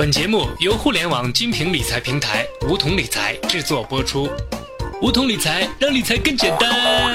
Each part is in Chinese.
本节目由互联网精品理财平台梧桐理财制作播出。梧桐理财，让理财更简单。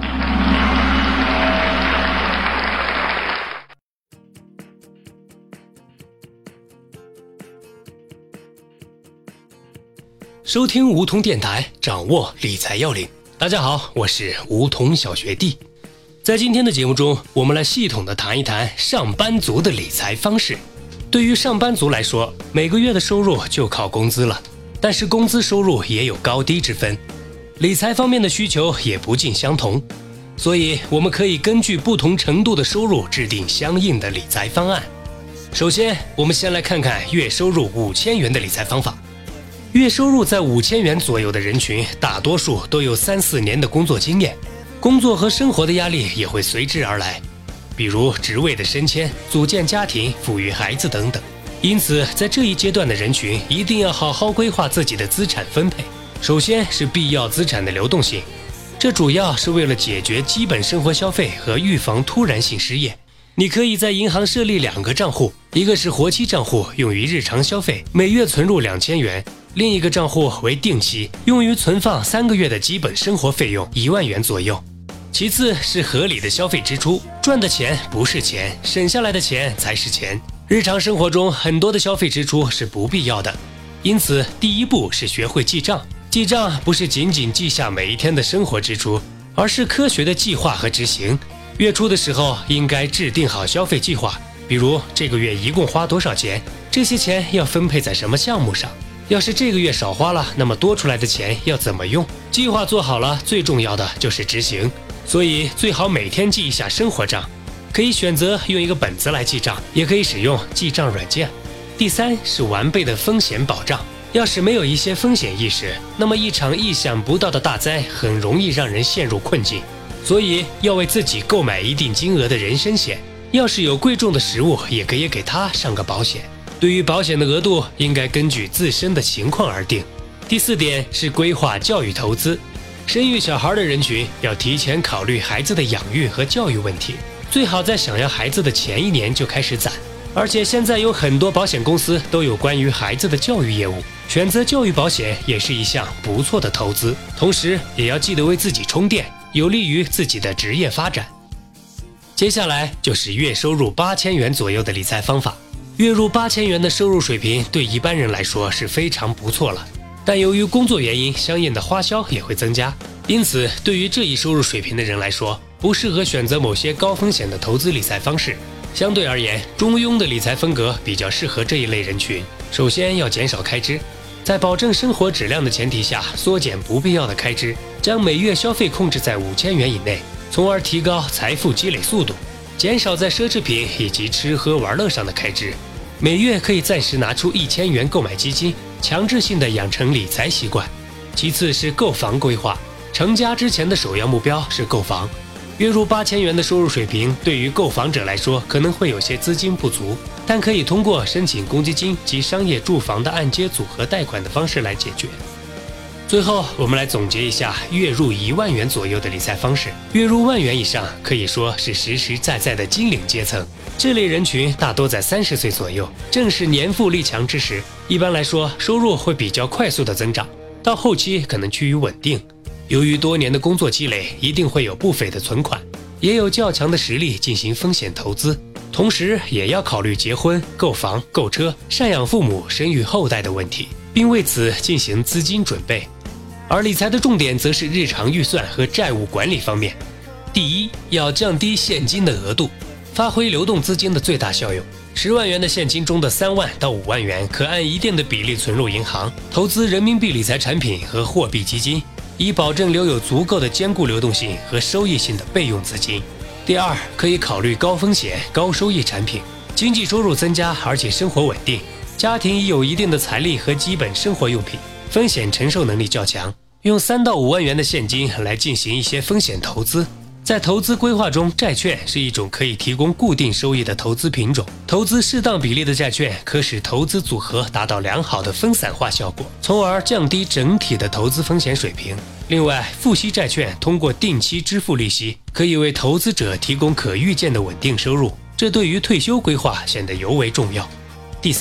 收听梧桐电台，掌握理财要领。大家好，我是梧桐小学弟。在今天的节目中，我们来系统的谈一谈上班族的理财方式。对于上班族来说，每个月的收入就靠工资了，但是工资收入也有高低之分，理财方面的需求也不尽相同，所以我们可以根据不同程度的收入制定相应的理财方案。首先，我们先来看看月收入5000元的理财方法。月收入在5000元左右的人群，大多数都有3-4年的工作经验，工作和生活的压力也会随之而来，比如职位的升迁、组建家庭、抚育孩子等等。因此，在这一阶段的人群一定要好好规划自己的资产分配。首先是必要资产的流动性，这主要是为了解决基本生活消费和预防突然性失业。你可以在银行设立2个账户，一个是活期账户，用于日常消费，每月存入2000元；另一个账户为定期，用于存放3个月的基本生活费用1万元左右。其次是合理的消费支出，赚的钱不是钱，省下来的钱才是钱。日常生活中很多的消费支出是不必要的，因此第一步是学会记账。记账不是仅仅记下每一天的生活支出，而是科学的计划和执行。月初的时候应该制定好消费计划，比如这个月一共花多少钱，这些钱要分配在什么项目上。要是这个月少花了，那么多出来的钱要怎么用？计划做好了，最重要的就是执行。所以最好每天记一下生活账，可以选择用一个本子来记账，也可以使用记账软件。第三是完备的风险保障。要是没有一些风险意识，那么一场意想不到的大灾很容易让人陷入困境。所以要为自己购买一定金额的人身险，要是有贵重的食物，也可以给它上个保险。对于保险的额度，应该根据自身的情况而定。第4点是规划教育投资。生育小孩的人群要提前考虑孩子的养育和教育问题，最好在想要孩子的前1年就开始攒。而且现在有很多保险公司都有关于孩子的教育业务，选择教育保险也是一项不错的投资。同时也要记得为自己充电，有利于自己的职业发展。接下来就是月收入8000元左右的理财方法。月入8000元的收入水平对一般人来说是非常不错了，但由于工作原因，相应的花销也会增加，因此对于这一收入水平的人来说，不适合选择某些高风险的投资理财方式。相对而言，中庸的理财风格比较适合这一类人群。首先要减少开支，在保证生活质量的前提下，缩减不必要的开支，将每月消费控制在5000元以内，从而提高财富积累速度，减少在奢侈品以及吃喝玩乐上的开支。每月可以暂时拿出1000元购买基金，强制性的养成理财习惯。其次是购房规划，成家之前的首要目标是购房。月入8000元的收入水平，对于购房者来说可能会有些资金不足，但可以通过申请公积金及商业住房的按揭组合贷款的方式来解决。最后我们来总结一下月入1万元左右的理财方式。月入1万元以上可以说是实实在在的金领阶层，这类人群大多在30岁左右，正是年富力强之时。一般来说，收入会比较快速的增长，到后期可能趋于稳定。由于多年的工作积累，一定会有不菲的存款，也有较强的实力进行风险投资，同时也要考虑结婚、购房、购车、赡养父母、生育后代的问题，并为此进行资金准备。而理财的重点则是日常预算和债务管理方面。第一，要降低现金的额度，发挥流动资金的最大效用。10万元的现金中的3万到5万元，可按一定的比例存入银行，投资人民币理财产品和货币基金，以保证留有足够的兼顾流动性和收益性的备用资金。第二，可以考虑高风险、高收益产品，经济收入增加，而且生活稳定，家庭已有一定的财力和基本生活用品，风险承受能力较强，用3到5万元的现金来进行一些风险投资。在投资规划中，债券是一种可以提供固定收益的投资品种，投资适当比例的债券可使投资组合达到良好的分散化效果，从而降低整体的投资风险水平。另外，付息债券通过定期支付利息，可以为投资者提供可预见的稳定收入，这对于退休规划显得尤为重要。第三，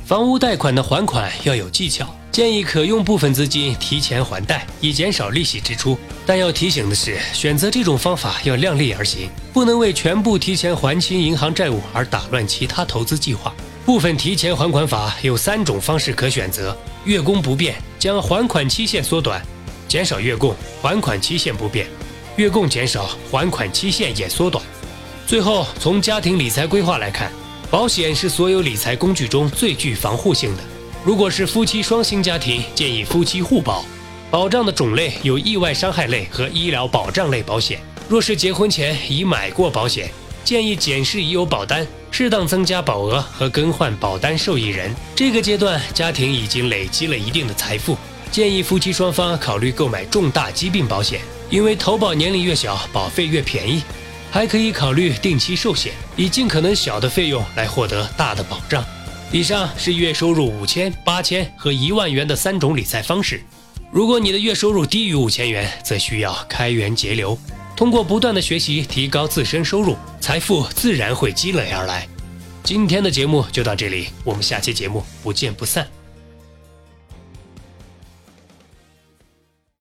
房屋贷款的还款要有技巧，建议可用部分资金提前还贷，以减少利息支出。但要提醒的是，选择这种方法要量力而行，不能为全部提前还清银行债务而打乱其他投资计划。部分提前还款法有3种方式可选择：月供不变，将还款期限缩短；减少月供，还款期限不变；月供减少，还款期限也缩短。最后，从家庭理财规划来看，保险是所有理财工具中最具防护性的。如果是夫妻双薪家庭，建议夫妻互保。保障的种类有意外伤害类和医疗保障类保险。若是结婚前已买过保险，建议检视已有保单，适当增加保额和更换保单受益人。这个阶段，家庭已经累积了一定的财富，建议夫妻双方考虑购买重大疾病保险，因为投保年龄越小，保费越便宜。还可以考虑定期寿险，以尽可能小的费用来获得大的保障。以上是月收入5000、8000和1万元的3种理财方式。如果你的月收入低于5000元，则需要开源节流，通过不断的学习提高自身收入，财富自然会积累而来。今天的节目就到这里，我们下期节目不见不散。